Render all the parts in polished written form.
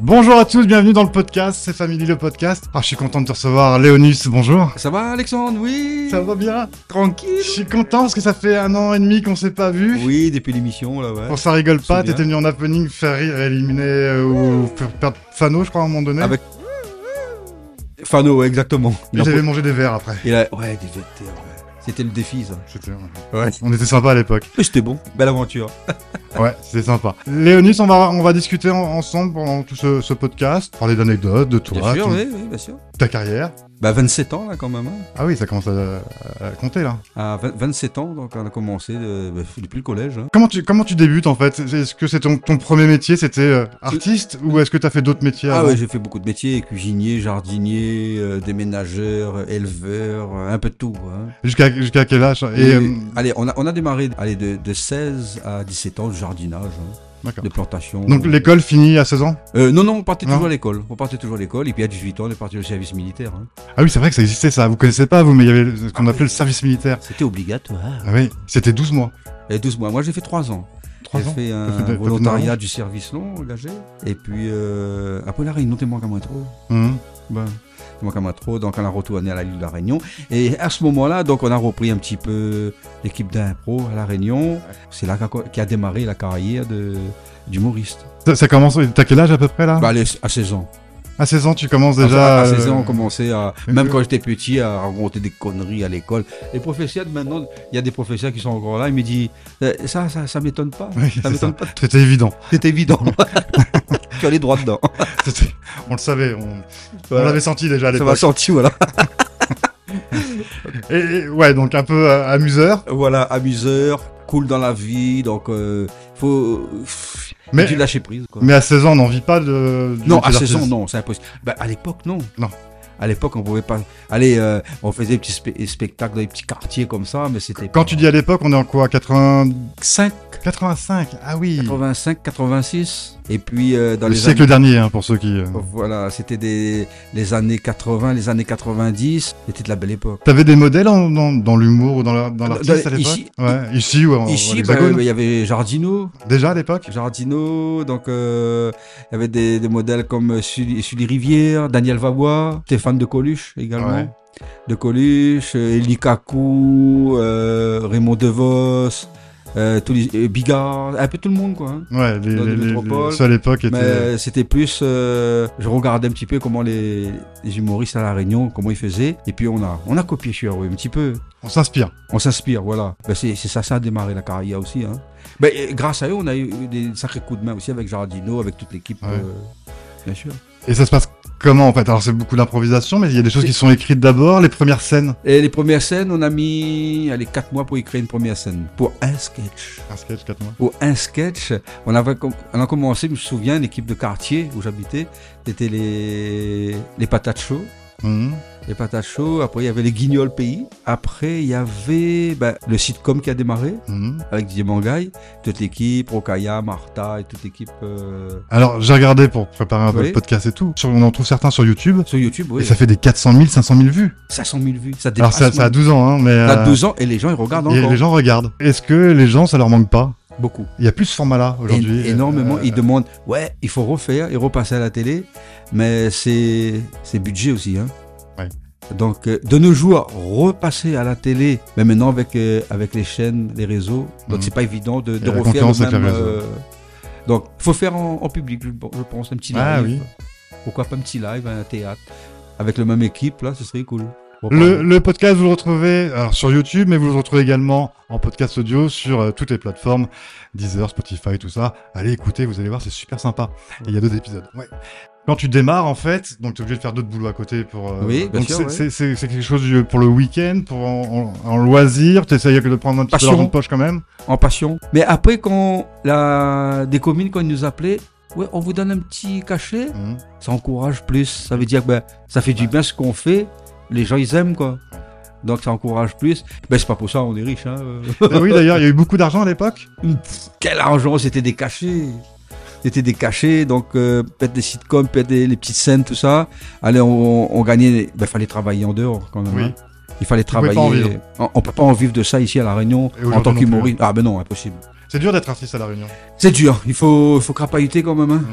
Bonjour à tous, bienvenue dans le podcast, c'est Family le podcast. Je suis content de te recevoir, Léonus, bonjour. Ça va Alexandre? Oui. Ça va bien? Tranquille. Je suis content parce que ça fait 1 an et demi qu'on s'est pas vu. Oui, depuis l'émission là, ouais. Pour ça rigole pas, C'est bien. t'étais venu en happening faire rire et éliminer ou faire perdre Fano, je crois, à un moment donné. Avec Fano, ouais, exactement. Et j'avais mangé des verres après. Il a... Ouais, des VT, ouais. C'était le défi, ça. Ouais. On était sympa à l'époque. Mais c'était bon. Belle aventure. Ouais, c'était sympa. Léonus, on va discuter ensemble pendant tout ce podcast, parler d'anecdotes, de toi, Bien sûr, oui, bien sûr. ta carrière. 27 ans, là, quand même. Hein. Ah oui, ça commence à compter, là. À 27 ans, donc on a commencé depuis le collège. Hein. Comment tu débutes, en fait? Est-ce que c'est ton premier métier, c'était artiste, ou est-ce que t'as fait d'autres métiers Ah avant? ouais, j'ai fait beaucoup de métiers, cuisinier, jardinier, déménageur, éleveur, un peu de tout. Hein. Jusqu'à quel âge? Allez, on a démarré de 16 à 17 ans de jardinage, hein, D'accord. de plantation. Donc l'école finit à 16 ans? Non, on partait Non. toujours à l'école. On partait toujours à l'école, et puis à 18 ans, on est parti au service militaire. Hein. Ah oui, c'est vrai que ça existait ça. Vous connaissez pas, vous, mais il y avait ce qu'on appelait le service militaire. C'était obligatoire. Ah oui, c'était 12 mois. Et 12 mois. Moi, j'ai fait 3 ans. 3 J'ai ans? fait un T'as fait volontariat du service long engagé. Et puis, après la Réunion, t'es moins qu'à moins trop. Mhm. Ben, t'es moins qu'à moins trop. Donc, on a retourné à la l'île de la Réunion. Et à ce moment-là, donc, on a repris un petit peu l'équipe d'impro à la Réunion. C'est là qu'a démarré la carrière d'humoriste. Ça commence, t'as quel âge à peu près là? Bah, allez, à 16 ans. À 16 ans, tu commences déjà. À 16 ans, on commençait à, même euh, quand j'étais petit, à raconter des conneries à l'école. Les professeurs, maintenant, il y a des professeurs qui sont encore là, ils me disent, ça m'étonne pas. Oui, Ça c'est m'étonne ça. pas. C'était évident. C'est évident. Tu allais droit dedans. On le savait, on Voilà. l'avait senti déjà à Ça m'a l'époque. senti, voilà. Ouais, donc un peu amuseur. Voilà, amuseur, cool dans la vie, donc faut Mais- du lâcher prise, quoi. Mais à 16 ans, on n'en vit pas de. du Non, métier à 16 ans, d'artiste. non, c'est impossible. Bah, à l'époque, non. Non. À l'époque, on pouvait pas. Allez, on faisait des petits spectacles dans les petits quartiers comme ça, mais c'était. Quand tu dis à l'époque, on est en quoi? 85? 5, Ah oui. 85, 86. Et puis, dans Le les siècle années. dernier, hein, pour ceux qui. Voilà, c'était les années 80, les années 90. C'était de la belle époque. T'avais des modèles dans l'humour ou dans l'artiste à l'époque? Ici- Ouais, ici ou en Ici, Hexagone? il y avait Jardino. Déjà à l'époque? Jardino, donc il y avait des modèles comme Sully Rivière, Daniel Vavois, Stéphane de Coluche également. Ouais. De Coluche, Eli Kakou, Raymond DeVos, tous les Bigard, un peu tout le monde quoi. Hein. Ouais, Dans les métropoles. ceux à l'époque étaient. Mais c'était plus, je regardais un petit peu comment les humoristes à La Réunion, comment ils faisaient, et puis on a copié sur eux un petit peu. On s'inspire. On s'inspire, voilà. Ben ça a démarré la carrière aussi. Hein. Ben, et grâce à eux, on a eu des sacrés coups de main aussi avec Jardino, avec toute l'équipe, Ouais. bien sûr. Et ça se passe comment en fait? Alors c'est beaucoup d'improvisation, mais il y a des choses qui sont écrites d'abord, les premières scènes. Et les premières scènes, on a mis 4 mois pour écrire une première scène. Pour un sketch. Un sketch, 4 mois. Pour un sketch, on a commencé, je me souviens, une équipe de quartier où j'habitais, c'était les patates chaudes. Mhm. Les patates chaudes, après il y avait les guignols pays. Après il y avait le sitcom qui a démarré Mhm. avec Didier Mangaï, toute l'équipe, Rokaya, Martha et toute l'équipe Alors j'ai regardé pour préparer un peu Oui. le podcast et tout. On en trouve certains sur YouTube. sur YouTube. Oui, Et ça fait des 400 000, 500 000 vues. 500 000 vues. Ça Alors dépasse ça a 12 ans, hein, mais. ça a 12 ans et les gens ils regardent Et encore. les gens regardent. Est-ce que les gens, ça leur manque pas? Beaucoup. Il y a plus ce format-là aujourd'hui. Énormément. Ils demandent, ouais, il faut refaire et repasser à la télé, mais c'est budget aussi. Hein. Ouais. Donc, de nos jours, repasser à la télé, mais maintenant avec les chaînes, les réseaux, donc c'est pas évident de la refaire concurrence le avec même. les réseaux. Donc, il faut faire en public, je pense, un petit live. Ah oui. Pourquoi pas un petit live, un théâtre, avec la même équipe, là, ce serait cool. Le podcast, vous le retrouvez alors, sur YouTube, mais vous le retrouvez également en podcast audio sur toutes les plateformes, Deezer, Spotify, tout ça. Allez écoutez, vous allez voir, c'est super sympa. Et il y a d'autres épisodes. Ouais. Quand tu démarres, en fait, donc tu es obligé de faire d'autres boulots à côté pour. Oui, bien donc sûr, c'est quelque chose pour le week-end, pour en loisir. Tu essayes de prendre un petit peu Passion. d'argent de poche quand même. En passion. Mais après, quand des communes, quand ils nous appelaient, ouais, on vous donne un petit cachet, Mhm. ça encourage plus. Ça veut dire que ça fait du bien ce qu'on fait. Les gens, ils aiment, quoi. Donc, ça encourage plus. C'est pas pour ça, on est riche, hein. Ah oui, d'ailleurs, il y a eu beaucoup d'argent à l'époque. Quel argent, c'était des cachets. C'était des cachets, donc peut-être des sitcoms, peut-être les petites scènes, tout ça. Allez, on gagnait. Fallait travailler en dehors, quand même. Oui. Hein. Il fallait pouvez travailler. pas en vivre. On peut pas en vivre de ça ici à La Réunion, Et en aujourd'hui tant non qu'humoriste. Ah ben non, impossible. C'est dur d'être artiste à La Réunion. C'est dur, il faut crapahuter quand même. Hein.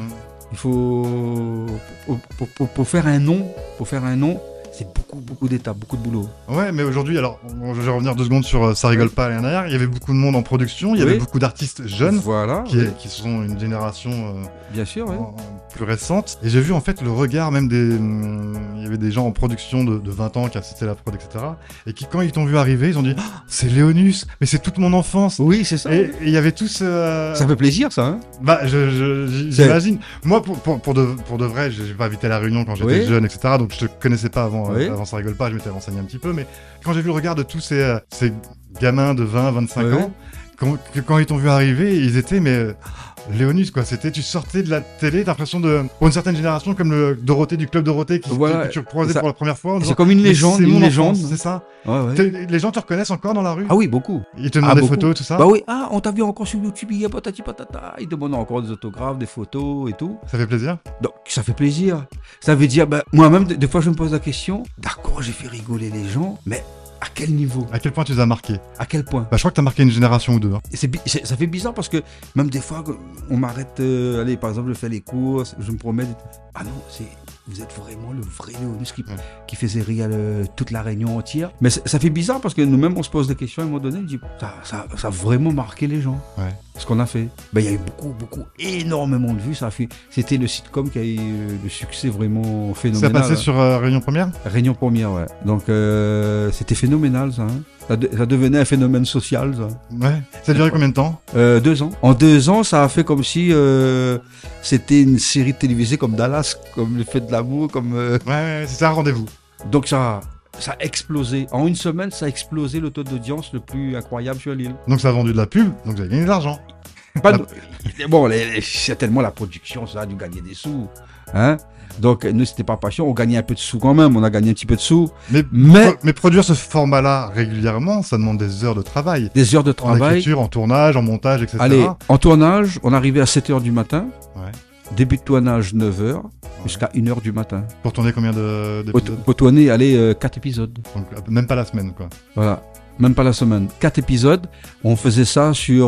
Il faut pour faire un nom, c'est beaucoup d'étapes, beaucoup de boulot. Ouais, mais aujourd'hui, alors, je vais revenir 2 secondes sur Ça rigole pas l'année dernière. Il y avait beaucoup de monde en production, il y avait beaucoup d'artistes jeunes Voilà, qui sont une génération bien sûr, plus récente. Et j'ai vu en fait le regard même il y avait des gens en production de 20 ans qui assisté à la prod, etc. Et qui, quand ils t'ont vu arriver, ils ont dit ah, c'est Léonus, mais c'est toute mon enfance. Oui, c'est ça. Et il y avait tous. Ça fait plaisir, ça. Hein, bah, j'imagine. Moi, pour de vrai, j'ai pas habité à La Réunion quand j'étais jeune, etc. Donc je te connaissais pas avant Ça rigole pas, je m'étais renseigné un petit peu, mais quand j'ai vu le regard de tous ces gamins de 20, 25 ans, quand ils t'ont vu arriver, ils étaient, Léonus, quoi, tu sortais de la télé, t'as l'impression pour une certaine génération, comme le Dorothée du Club Dorothée que tu croisais pour la première fois. C'est comme une légende, c'est ça. Ouais. Les gens te reconnaissent encore dans la rue? Ah oui, beaucoup. Ils te demandent des photos, tout ça? Bah oui, on t'a vu encore sur YouTube, il y a patati patata, ils demandent encore des autographes, des photos et tout. Ça fait plaisir? Donc, ça fait plaisir. Ça veut dire, moi-même, des fois, je me pose la question, d'accord, j'ai fait rigoler les gens, mais à quel niveau? À quel point tu les as marqués? À quel point? Bah, je crois que tu as marqué une génération ou deux. Hein. Ça fait bizarre parce que même des fois, on m'arrête, allez, par exemple, je fais les courses, je me promets, ah non, vous êtes vraiment le vrai Léonus qui faisait rire toute la Réunion entière. Mais ça fait bizarre parce que nous-mêmes, on se pose des questions à un moment donné, on dit, ça a vraiment marqué les gens. Ouais. Ce qu'on a fait. Ben, il y a eu énormément de vues. C'était le sitcom qui a eu le succès vraiment phénoménal. Ça passait sur Réunion Première? Réunion Première, ouais. Donc, c'était phénoménal, ça. Hein. Ça devenait un phénomène social, ça. Ouais. Ça a duré combien de temps? 2 ans. En 2 ans, ça a fait comme si c'était une série télévisée comme Dallas, comme Le Fait de l'amour, comme... Ouais, c'était un rendez-vous. Donc, ça a explosé. En une semaine, ça a explosé le taux d'audience le plus incroyable sur l'île. Donc ça a vendu de la pub, donc vous avez gagné de l'argent. Bon, certainement la production, ça a dû gagner des sous. Hein? Donc nous, c'était pas passion, on gagnait un peu de sous quand même, on a gagné un petit peu de sous. Mais produire ce format-là régulièrement, ça demande des heures de travail. Des heures de travail. En écriture, en tournage, en montage, etc. Allez, en tournage, on arrivait à 7h du matin. Ouais. Début de tournage 9h jusqu'à 1h du matin. Pour tourner combien d'épisodes? Pour tourner, 4 épisodes. Donc même pas la semaine, quoi. Voilà, même pas la semaine. 4 épisodes, on faisait ça sur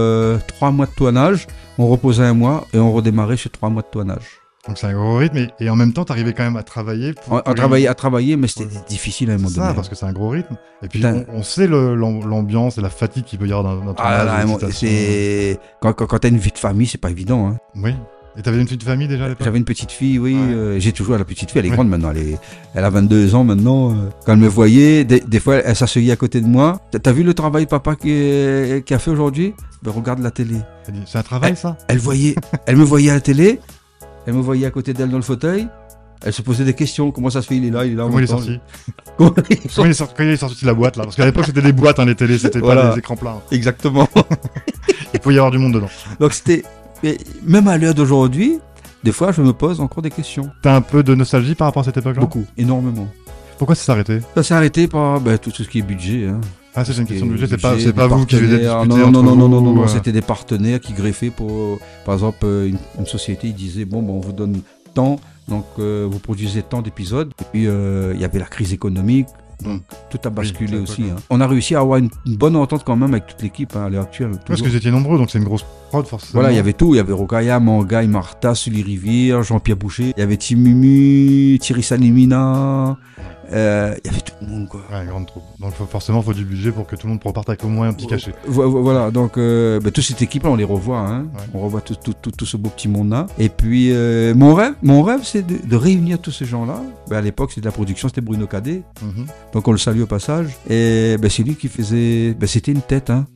3 mois de tournage, on reposait 1 mois et on redémarrait sur 3 mois de tournage. Donc c'est un gros rythme et en même temps, t'arrivais quand même à travailler. À travailler, mais c'était difficile à un moment donné. Ça, parce que c'est un gros rythme. Et puis on sait l'ambiance et la fatigue qu'il peut y avoir dans tournage. Quand t'as une vie de famille, c'est pas évident. Hein. Oui. Et t'avais une petite famille déjà à l'époque? J'avais une petite fille, oui. Ouais. J'ai toujours la petite fille, elle est grande maintenant. Elle a 22 ans maintenant. Quand elle me voyait, des fois, elle s'asseyait à côté de moi. T'as vu le travail papa qui a fait aujourd'hui? Ben, regarde la télé. C'est un travail, ça? Elle me voyait à la télé. Elle me voyait à côté d'elle dans le fauteuil. Elle se posait des questions. Comment ça se fait? Il est là. Comment il est sorti? Quand il est sorti de la boîte, là? Parce qu'à l'époque, c'était des boîtes, hein, les télés. C'était pas des écrans plats. Exactement. Il faut y avoir du monde dedans. Donc c'était... Mais même à l'heure d'aujourd'hui, des fois, je me pose encore des questions. T'as un peu de nostalgie par rapport à cette époque-là? Beaucoup, énormément. Pourquoi ça s'est arrêt? Ça s'est arrêté par tout ce qui est budget. Hein. Ah, c'est une question de budget, c'est pas vous qui avez discuté Non, c'était des partenaires qui greffaient pour, par exemple, une société, ils disaient, bon, on vous donne tant, donc vous produisez tant d'épisodes. Et puis, il y avait la crise économique. Donc tout a basculé aussi. Hein. On a réussi à avoir une bonne entente quand même avec toute l'équipe à l'heure actuelle. Parce que vous étiez nombreux, donc c'est une grosse prod forcément. Voilà, il y avait tout. Il y avait Rokaya, Mangaï, Martha, Sully Rivière, Jean-Pierre Boucher. Il y avait Timumu, Thierry Salimina. Il y avait tout le monde, quoi. Ouais, grande troupe. Donc forcément, il faut du budget pour que tout le monde reparte avec au moins un petit cachet. Voilà, donc toute cette équipe-là, on les revoit. Hein. Ouais. On revoit tout ce beau petit monde-là. Et puis, mon rêve, c'est de réunir tous ces gens-là. À l'époque, c'était de la production, c'était Bruno Cadet. Donc, on le salue au passage. Et c'est lui qui faisait... c'était une tête, hein.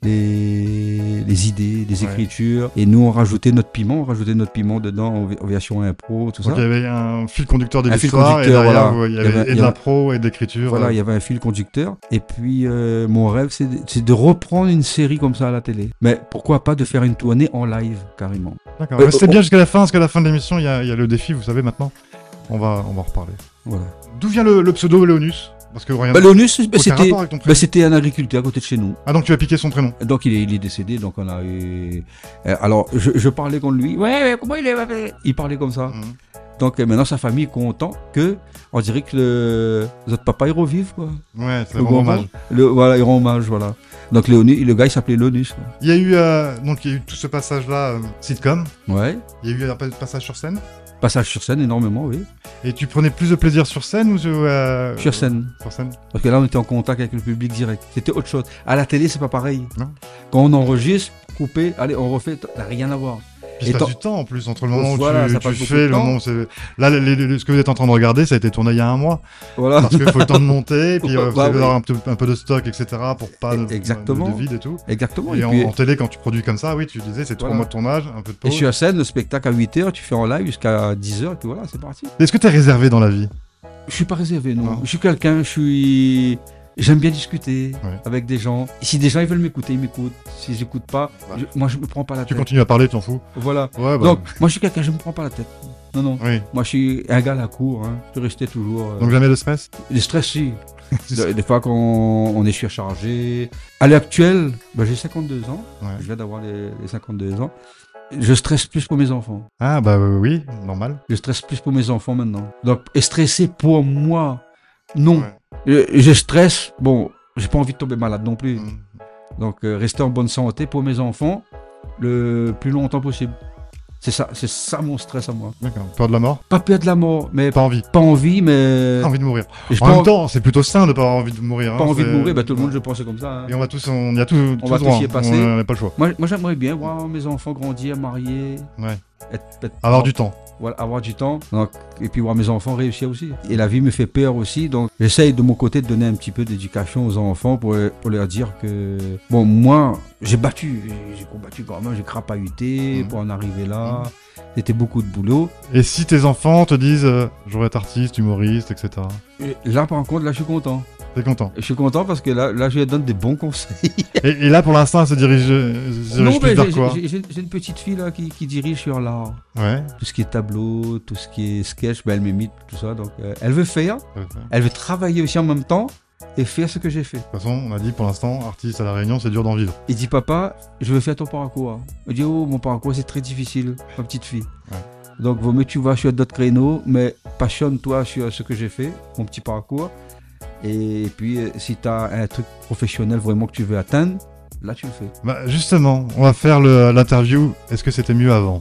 Les idées, les écritures. Et nous, on rajoutait notre piment dedans, en version impro, tout ça. Donc, il y avait un fil conducteur de l'histoire. Et derrière, il y avait de l'impro et de l'écriture. Voilà, il y avait un fil conducteur. Et puis, mon rêve, c'est de reprendre une série comme ça à la télé. Mais pourquoi pas de faire une tournée en live, carrément. D'accord. Restez bien jusqu'à la fin, parce qu'à la fin de l'émission, il y a le défi, vous savez, maintenant. On va en reparler. Voilà. D'où vient le pseudo Léonus? Parce que rien. Léonus, c'était un agriculteur à côté de chez nous. Ah, donc tu as piqué son prénom? Donc il est décédé, donc on a eu... Alors, je parlais contre lui. Ouais, comment il est? Il parlait comme ça. Donc maintenant, sa famille est contente que, on dirait que notre papa, il revive, quoi. Ouais, c'est un bon hommage. Voilà, il rend hommage, voilà. Donc le gars, il s'appelait Léonus. Il y a eu tout ce passage-là, sitcom. Ouais. Il y a eu un passage sur scène. Passage sur scène, énormément, oui. Et tu prenais plus de plaisir sur scène ou Sur scène. Sur scène. Parce que là, on était en contact avec le public direct. C'était autre chose. À la télé, c'est pas pareil. Non. Quand on enregistre, coupé, allez, on refait, ça n'a rien à voir. Puis ça passe du temps en plus entre le moment Voilà, où ça tu passe beaucoup fais, de le temps. moment où c'est... Là, ce que vous êtes en train de regarder, ça a été tourné il y a un mois. Voilà. Parce qu'il faut le temps de monter, puis Bah vous allez oui. avoir un peu de stock, etc. pour pas Exactement. de vide et tout. Exactement. Et Et puis, en télé, quand tu produis comme ça, oui, tu disais, c'est 3 Voilà. mois de tournage, un peu de et pause. je suis à scène, le spectacle à 8h, tu fais en live jusqu'à 10h, et puis voilà, c'est parti. Est-ce que tu es réservé dans la vie? Je suis pas réservé, non. Non. Je suis quelqu'un, j'aime bien discuter Ouais. avec des gens. Si des gens ils veulent m'écouter, ils m'écoutent. Si j'écoute pas, Ouais. moi je me prends pas la Tu tête. continues à parler, tu t'en fous. Voilà. Ouais, bah. Donc, moi je suis quelqu'un, je me prends pas la tête. Non, non. Oui. Moi je suis un gars à la cour, hein. Je restais toujours. Donc jamais de stress? Le stress, si. Des fois quand on est surchargé. À l'heure actuelle, j'ai 52 ans. Ouais. Je viens d'avoir les 52 ans. Je stresse plus pour mes enfants. Ah, bah oui, normal. Je stresse plus pour mes enfants maintenant. Donc, et stresser pour moi, non. Ouais. Je stresse, bon, j'ai pas envie de tomber malade non plus. Mm. Donc, rester en bonne santé pour mes enfants le plus longtemps possible. C'est ça mon stress à moi. D'accord. Peur de la mort? Pas peur de la mort, mais Pas envie. pas envie, mais. Pas envie de mourir. j'ai En pas même temps, c'est plutôt sain de pas avoir envie de mourir. pas hein, envie de c'est- mourir, tout le monde je pense comme ça. hein. Et on va tous, on y a tous On va tous droit, y hein. passer. On n'a pas le choix. Moi j'aimerais bien voir mes enfants grandir, marier, Ouais. être Avoir du temps. Voilà, avoir du temps, donc, et puis voir mes enfants réussir aussi. Et la vie me fait peur aussi, donc j'essaye de mon côté de donner un petit peu d'éducation aux enfants pour leur dire que, bon, moi, j'ai combattu quand même, j'ai crapahuté pour en arriver là. C'était beaucoup de boulot. Et si tes enfants te disent, je veux être artiste, humoriste, etc. Et là, par contre, là, je suis content. T'es content. Je suis content parce que là je lui donne des bons conseils. Et là, pour l'instant, elle se dirige Non, plus mais vers quoi? j'ai une petite fille là qui dirige sur l'art. Ouais. Tout ce qui est tableau, tout ce qui est sketch, elle m'imite, tout ça. Donc, elle veut faire, De elle veut travailler aussi en même temps et faire ce que j'ai fait. toute façon, on a dit, pour l'instant, artiste à La Réunion, c'est dur d'en vivre. Il dit, papa, je veux faire ton parcours. Il dit, oh, mon parcours, c'est très difficile, ma petite fille. Ouais. Donc, vaut mieux que tu vas sur d'autres créneaux, mais passionne-toi sur ce que j'ai fait, mon petit parcours. Et puis, si tu as un truc professionnel vraiment que tu veux atteindre, là, tu le fais. Bah, justement, on va faire l'interview. Est-ce que c'était mieux avant?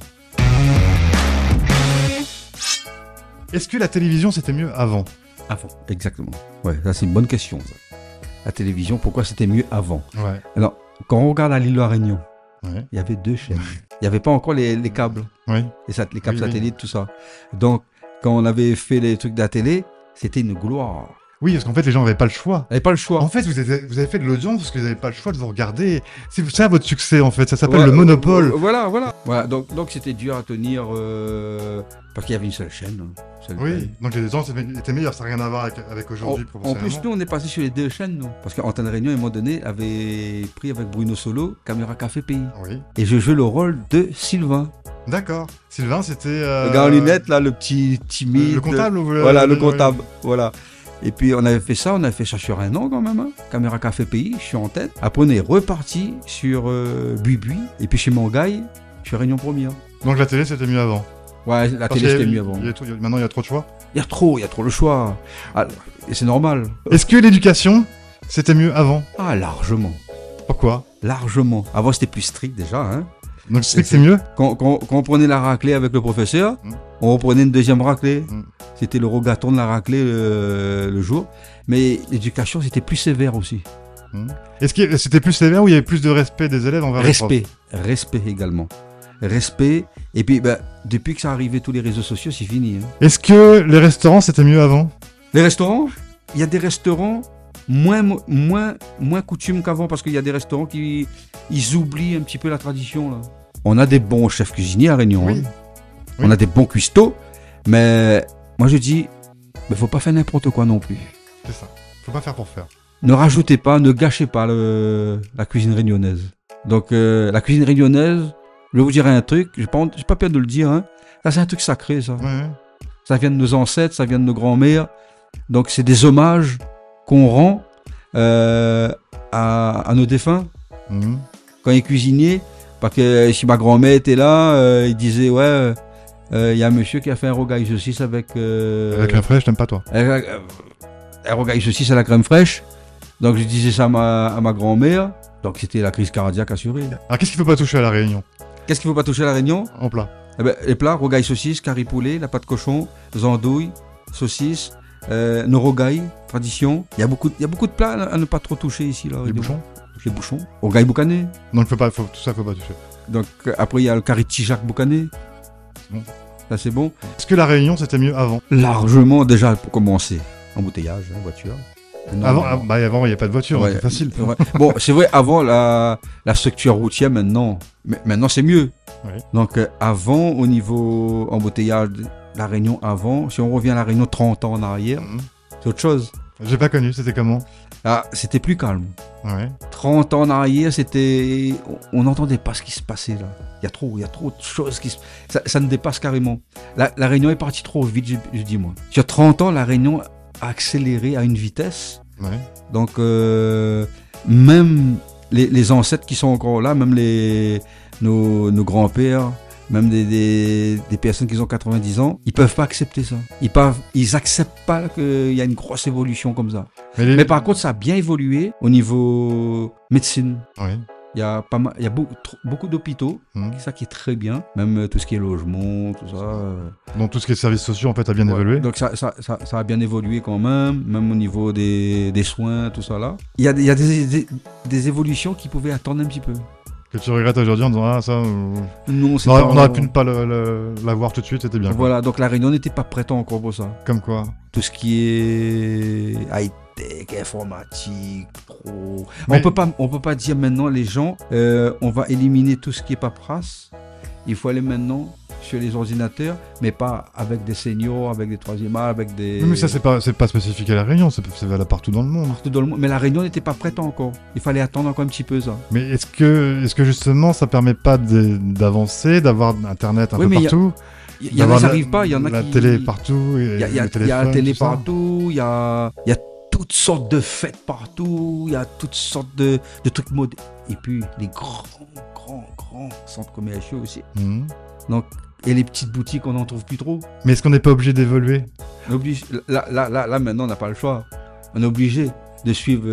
Est-ce que la télévision, c'était mieux avant? Avant, exactement. Ouais, ça, c'est une bonne question, ça. La télévision, pourquoi c'était mieux avant? Ouais. Alors, quand on regarde à l'île de la Réunion, Ouais. il y avait 2 chaînes. Il n'y avait pas encore les câbles. Oui. Les câbles Oui, oui. satellites, tout ça. Donc, quand on avait fait les trucs de la télé, c'était une gloire. Oui, parce qu'en fait, les gens n'avaient pas le choix. On n'avait pas le choix. En fait, vous avez fait de l'audience parce que vous n'avez pas le choix de vous regarder. C'est ça votre succès, en fait. Ça s'appelle Ouais, le monopole. Voilà. Voilà, donc c'était dur à tenir parce qu'il y avait une seule chaîne. Seule Oui, chaîne. donc les audiences étaient meilleures. Ça n'a rien à voir avec aujourd'hui, En plus, proportionnellement. nous, on est passé sur les 2 chaînes, nous. Parce qu'Antenne Réunion, à un moment donné, avait pris avec Bruno Solo Caméra Café Pays. Oui. Et je jouais le rôle de Sylvain. D'accord. Sylvain, c'était... Le gars en lunettes, là, le petit timide. Le comptable ou Voilà, le comptable. Voilà. Et puis on avait fait ça sur 1 an quand même. Hein. Caméra Café Pays, je suis en tête. Après on est reparti sur Buibui. Et puis chez Mangaï, je suis Réunion Première. Donc la télé, c'était mieux avant. Ouais, la Parce télé qu'il y a- c'était mieux avant. Maintenant, il y a trop de choix. Il y a trop le choix. Ah, et c'est normal. Est-ce que l'éducation, c'était mieux avant? Ah, largement. Pourquoi? Largement. Avant c'était plus strict déjà. Hein. Donc tu sais que c'est mieux? Quand on prenait la raclée avec le professeur, on reprenait une deuxième raclée. Mm. C'était le rogaton de la raclée le jour. Mais l'éducation c'était plus sévère aussi. Est-ce que c'était plus sévère ou il y avait plus de respect des élèves envers les profs? Respect également. Respect. Et puis, depuis que ça arrivé tous les réseaux sociaux, c'est fini. Hein. Est-ce que les restaurants, c'était mieux avant? Les restaurants, il y a des restaurants moins coutumes qu'avant parce qu'il y a des restaurants qui ils oublient un petit peu la tradition. Là. On a des bons chefs cuisiniers à Réunion. Oui. Hein. On a des bons cuistots. Mais moi, je dis, il ne faut pas faire n'importe quoi non plus. C'est ça. Faut pas faire pour faire. Ne rajoutez pas, ne gâchez pas la cuisine réunionnaise. Donc, la cuisine réunionnaise, je vais vous dire un truc, j'ai pas peur de le dire, hein. Ça, c'est un truc sacré, ça. Ouais. Ça vient de nos ancêtres, ça vient de nos grands-mères. Donc, c'est des hommages qu'on rend à nos défunts Mhm. quand ils cuisinaient. Parce que si ma grand-mère était là, il disait, ouais, il y a un monsieur qui a fait un rogaille saucisse avec... Avec la fraîche, t'aimes pas toi? un rogaille saucisse à la crème fraîche. Donc, je disais ça à ma grand-mère. Donc, c'était la crise cardiaque assurée. Alors qu'est-ce qu'il faut pas toucher à la Réunion? Qu'est-ce qu'il ne faut pas toucher à la Réunion? En plat. Eh ben, les plats, rogaille saucisse, curry poulet, la pâte cochon, andouilles, saucisses, nos rogailles, tradition. Il y a beaucoup de plats à ne pas trop toucher ici. Là, Les bouchons. Les bouchons. Rogaille boucanée. Donc tout ça, faut pas toucher. Donc après, il y a le curry de Tijac boucané. C'est bon. Là, c'est bon. Est-ce que la Réunion, c'était mieux avant? Largement, déjà, pour commencer. Embouteillage, voiture. Avant, il n'y a pas de voiture, Ouais, c'est facile. c'est vrai. Bon, c'est vrai, avant la structure routière, maintenant, maintenant c'est mieux. Ouais. Donc, avant, au niveau embouteillage, la Réunion avant, si on revient à la Réunion 30 ans en arrière, c'est autre chose. J'ai pas connu, c'était comment? Ah, c'était plus calme. Ouais. 30 ans en arrière, c'était. On n'entendait pas ce qui se passait là. Il y a trop de choses qui se. Ça ne dépasse carrément. La Réunion est partie trop vite, je dis moi. Sur 30 ans, la Réunion a accéléré à une vitesse. Ouais. Donc, même les ancêtres qui sont encore là, même nos grands-pères, même des personnes qui ont 90 ans, ils peuvent pas accepter ça. Ils acceptent pas qu'il y a une grosse évolution comme ça. Mais par contre, ça a bien évolué au niveau médecine. Ouais. Il y a beaucoup d'hôpitaux, ça qui est très bien. Même tout ce qui est logement, tout ça. Donc tout ce qui est services sociaux, en fait, a bien évolué. Donc ça a bien évolué quand même au niveau des soins, tout ça là. Il y a des évolutions qui pouvaient attendre un petit peu. Que tu regrettes aujourd'hui en disant, ah, ça. Non, on aurait pu ne pas l'avoir tout de suite, c'était bien. Voilà, donc la Réunion n'était pas prête encore pour ça. Comme quoi? Tout ce qui est high-tech, informatique, pro. Mais... On peut pas dire maintenant les gens, on va éliminer tout ce qui est paperasse. Il faut aller maintenant sur les ordinateurs, mais pas avec des seniors, avec des troisième âge, avec des... Oui, mais ça, c'est pas spécifique à La Réunion, c'est valable partout dans le monde. Partout dans le monde. Mais la Réunion n'était pas prête encore. Il fallait attendre encore un petit peu ça. Mais est-ce que justement, ça permet pas d'avancer, d'avoir Internet un peu partout? Il y en a qui n'arrivent pas, il y en a la qui... télé partout, il y a la télé partout, il y a toutes sortes de fêtes partout, il y a toutes sortes de trucs modernes. Et puis les grands centres commerciaux aussi. Donc, et les petites boutiques, on n'en trouve plus trop. Mais est-ce qu'on n'est pas obligé d'évoluer? Là, maintenant, on n'a pas le choix. On est obligé de suivre...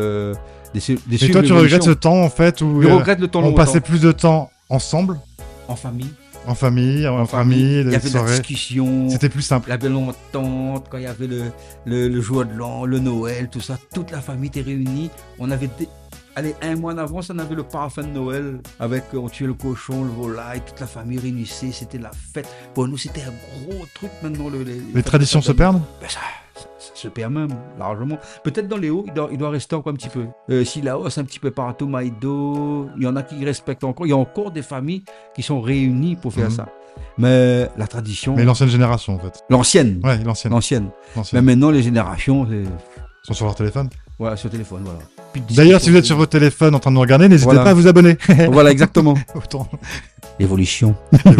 Et toi, tu regrettes ce temps, en fait, où on passait plus de temps ensemble? En famille. En famille, il y avait la discussion, c'était plus simple. La belle entente, quand il y avait le jour de l'an, le Noël, tout ça, toute la famille était réunie. On avait un mois en avance, on avait le parfum de Noël avec on tuait le cochon, le volaille, toute la famille réunissait, c'était la fête. Pour nous, c'était un gros truc maintenant. Les traditions se perdent? Ben ça se perd même largement. Peut-être dans les hauts, il doit rester encore un petit peu. Si là-haut, c'est un petit peu partout, Maïdo, il y en a qui respectent encore. Il y a encore des familles qui sont réunies pour faire ça. Mais la tradition... Mais l'ancienne génération, en fait. L'ancienne. Ouais, l'ancienne. Mais maintenant, les générations... sont sur leur téléphone. Voilà, sur le téléphone, voilà. D'ailleurs, si vous êtes sur votre téléphone en train de nous regarder, n'hésitez pas à vous abonner. Voilà, exactement. Autant. Évolution.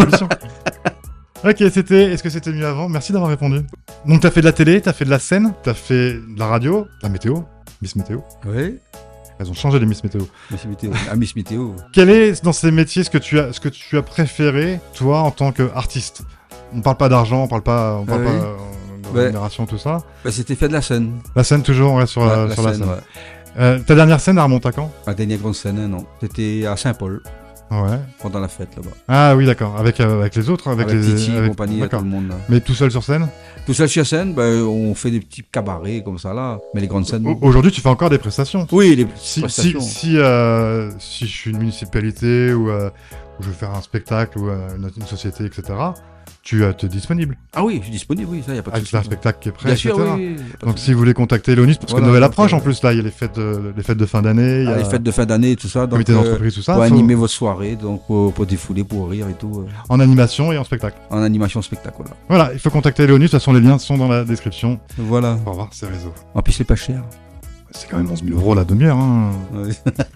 Ok, est-ce que c'était mieux avant? Merci d'avoir répondu. Donc, t'as fait de la télé, t'as fait de la scène, t'as fait de la radio, la météo, Miss Météo. Oui. Elles ont changé les Miss Météo. Miss Météo. Quel est, dans ces métiers, ce que tu as préféré, toi, en tant qu'artiste? On parle pas d'argent, on parle pas de rémunération, tout ça. C'était fait de la scène. La scène, toujours, on reste sur la scène. Ouais. Ta dernière scène, elle remonte à quand? Ma dernière grande scène, non. C'était à Saint-Paul. Ouais. Pendant la fête là-bas. Ah oui, d'accord. Avec les autres, avec Titi, compagnie, tout le monde. Là. Mais tout seul sur scène? Tout seul sur scène, on fait des petits cabarets comme ça là. Mais les grandes scènes. Aujourd'hui, tu fais encore des prestations? Oui, les prestations. Si je suis une municipalité ou je veux faire un spectacle ou une société, etc. Tu es disponible? Ah oui, je suis disponible, oui, ça, il n'y a pas de souci. Avec un spectacle qui est prêt, bien etc. Sûr, oui, donc si vous voulez contacter Léonis, parce que Noël approche en plus, là, il y a les fêtes de fin d'année. Les fêtes de fin d'année et tout ça. Comité d'entreprise, tout ça. Pour animer votre soirée, donc pour défouler, pour rire et tout. En animation et en spectacle. En animation, spectacle, voilà. Voilà, il faut contacter Léonis, de toute façon les liens sont dans la description. Voilà. Pour voir ses réseaux. En plus, c'est pas cher. C'est quand même 11 000 € la demi-heure, hein. Ouais.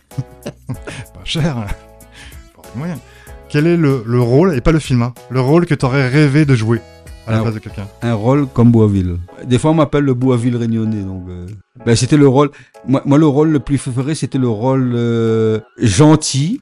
Pas cher. Pas moyen. Quel est le rôle, et pas le film, hein, le rôle que tu aurais rêvé de jouer à la place de quelqu'un? Un rôle comme Boisville. Des fois, on m'appelle le Boisville réunionnais. Donc, c'était le rôle. Moi, le rôle le plus préféré, c'était le rôle gentil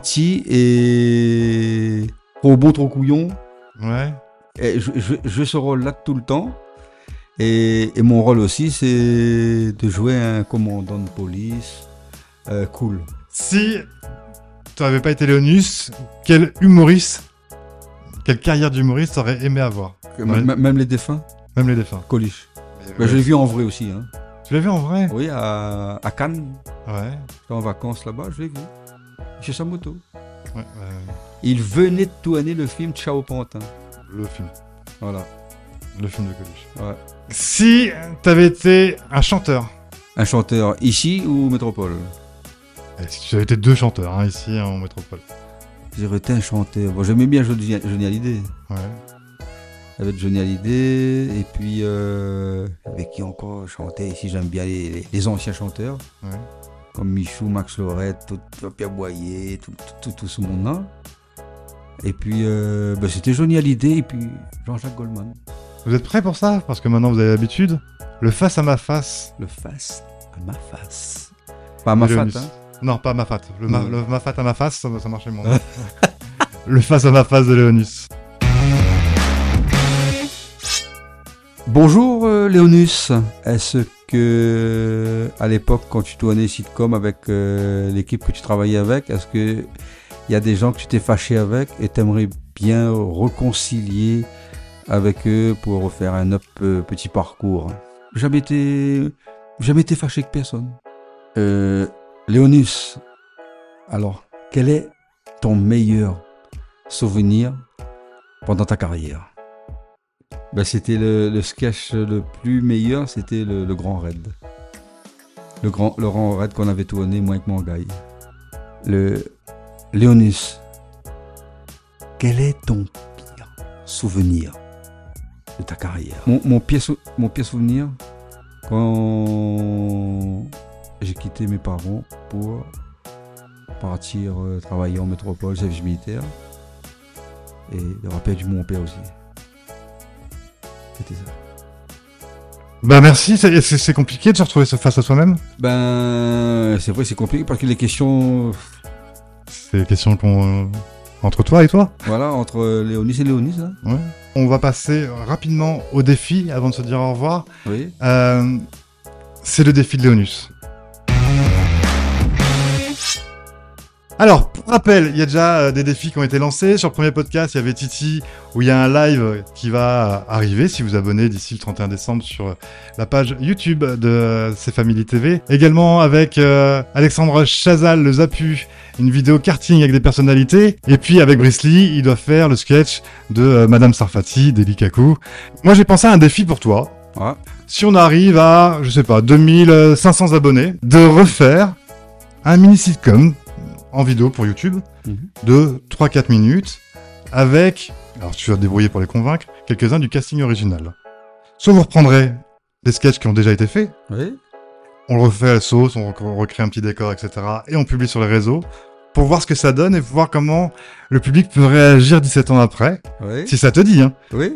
et trop bon, trop couillon. Ouais. Et je ce rôle-là tout le temps. Et mon rôle aussi, c'est de jouer un commandant de police cool. Si tu n'avais pas été Léonis, quel humoriste quelle carrière d'humoriste t'aurais aimé avoir? Même les défunts, Même les défunts. Coluche. Je l'ai vu en vrai aussi. Hein. Tu l'as vu en vrai? Oui, à Cannes. Ouais. J'étais en vacances là-bas, je l'ai vu. Chez sa moto. Ouais, Il venait de tourner le film Ciao Pantin. le film. Voilà. Le film de Coluche. Ouais. Si t'avais été un chanteur, Un chanteur ici ou métropole? si tu avais été 2 chanteurs hein, ici en métropole. J'aurais été un chanteur. Bon, j'aimais bien Johnny Hallyday. Ouais. Avec Johnny Hallyday. Et puis, avec qui encore chantait ici? J'aime bien les anciens chanteurs. Ouais. Comme Michou, Max Lorette, Pierre Boyer, tout ce monde-là. Et puis, c'était Johnny Hallyday et puis Jean-Jacques Goldman. Vous êtes prêts pour ça? Parce que maintenant vous avez l'habitude. Le face à ma face. Le face à ma face. Pas à ma fat, Léonis. hein. Non, pas ma fat. Le Non. ma fat à ma face, ça marchait moins. Le face à ma face de Léonis. Bonjour Léonus. Est-ce que à l'époque quand tu tournais sitcom avec l'équipe que tu travaillais avec, est-ce que il y a des gens que tu t'es fâché avec et t'aimerais bien réconcilier avec eux pour refaire un autre petit parcours? Jamais été fâché avec personne. Léonus, alors quel est ton meilleur souvenir pendant ta carrière? C'était le sketch le plus meilleur, c'était le Grand Raid. Le Grand Raid qu'on avait tourné, moi avec mon gars. Léonus, quel est ton pire souvenir de ta carrière? Mon pire souvenir, quand j'ai quitté mes parents pour partir travailler en métropole, service militaire, et le rappel du mon père aussi. C'était ça. Bah merci, c'est compliqué de se retrouver face à soi-même. C'est vrai, c'est compliqué parce que les questions... C'est des questions entre toi et toi. Voilà, entre Léonis et Léonis. Hein. Ouais. On va passer rapidement au défi avant de se dire au revoir. Oui. C'est le défi de Léonus. Alors, pour rappel, il y a déjà des défis qui ont été lancés. Sur le premier podcast, il y avait Titi, où il y a un live qui va arriver si vous abonnez d'ici le 31 décembre sur la page YouTube de C'est Family TV. Également avec Alexandre Chazal, le Zapu, une vidéo karting avec des personnalités. Et puis avec Brice Lee, il doit faire le sketch de Madame Sarfati, d'Eli Kakou. Moi, j'ai pensé à un défi pour toi. Ouais. Si on arrive à, 2500 abonnés, de refaire un mini sitcom en vidéo pour YouTube de 3-4 minutes avec, alors tu vas te débrouiller pour les convaincre, quelques-uns du casting original. Soit vous reprendrez des sketchs qui ont déjà été faits, Oui. on le refait à la sauce, on recrée un petit décor, etc. et on publie sur les réseaux pour voir ce que ça donne et voir comment le public peut réagir 17 ans après, Oui. si ça te dit. Hein. Oui.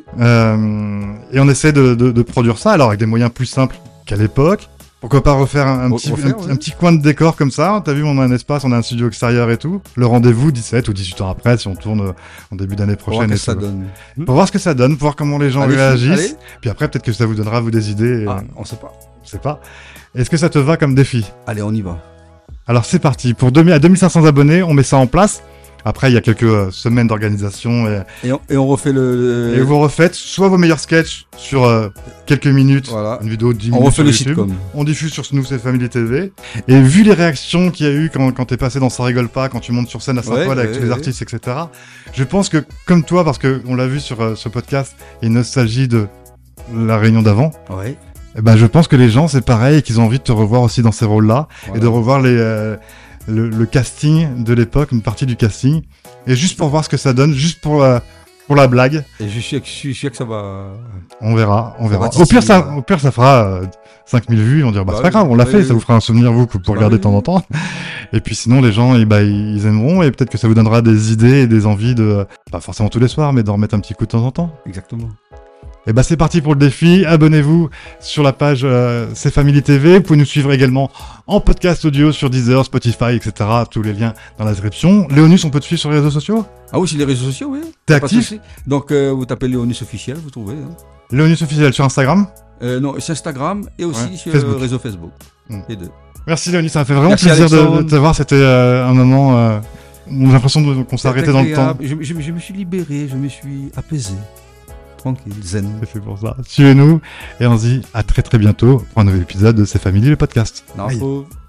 Et on essaie de produire ça, alors avec des moyens plus simples qu'à l'époque. Pourquoi pas refaire un petit coin de décor comme ça? T'as vu, on a un espace, on a un studio extérieur et tout. Le rendez-vous 17 ou 18 ans après, si on tourne en début d'année prochaine. Pour voir ce que ça donne. Pour voir ce que ça donne, pour voir comment les gens réagissent. Allez. Puis après, peut-être que ça vous donnera vous des idées. On sait pas. Je sais pas. Est-ce que ça te va comme défi? Allez, on y va. Alors c'est parti. Pour 2500 abonnés, on met ça en place. Après, il y a quelques semaines d'organisation. Et on refait Et vous refaites soit vos meilleurs sketchs sur quelques minutes, Voilà. une vidéo de 10 minutes. On refait le sur YouTube. sitcom. On diffuse sur nous, c'est Family TV. Et vu les réactions qu'il y a eu quand t'es passé dans Ça rigole pas, quand tu montes sur scène à Saint-Paul avec tous les artistes, etc. Je pense que, comme toi, parce que on l'a vu sur ce podcast, il y a une nostalgie de la réunion d'avant. Ouais. Et ben, je pense que les gens, c'est pareil, et qu'ils ont envie de te revoir aussi dans ces rôles-là. Voilà. Et de revoir le casting de l'époque, une partie du casting. Et juste pour voir ce que ça donne, juste pour la blague. Et je suis sûr que ça va. On verra. va Au pire, ça fera 5000 vues. On dira, c'est pas grave, on l'a fait. Ça vous fera un souvenir, vous, pour regarder de temps en temps. Et puis sinon, les gens, ils aimeront. Et peut-être que ça vous donnera des idées et des envies de, pas forcément tous les soirs, mais d'en remettre un petit coup de temps en temps. Exactement. Et bah c'est parti pour le défi. Abonnez-vous sur la page C'est Family TV. Vous pouvez nous suivre également en podcast audio sur Deezer, Spotify, etc. Tous les liens dans la description. Léonus, on peut te suivre sur les réseaux sociaux? Ah oui, sur les réseaux sociaux, oui. T'es Pas de actif? souci. Donc vous tapez Léonus officiel, vous trouvez. Hein. Léonus officiel sur Instagram? Non, c'est Instagram et aussi sur Facebook. le réseau Facebook. Mm. Les deux. Merci Léonus, ça m'a fait vraiment Merci, plaisir de Alexandre. te voir. C'était un moment On a l'impression qu'on s'est arrêté dans le temps. Je me suis libéré, je me suis apaisé. Tranquille, zen. C'est pour ça. Suivez-nous et on se dit à très très bientôt pour un nouvel épisode de C'est Family, le podcast. Info.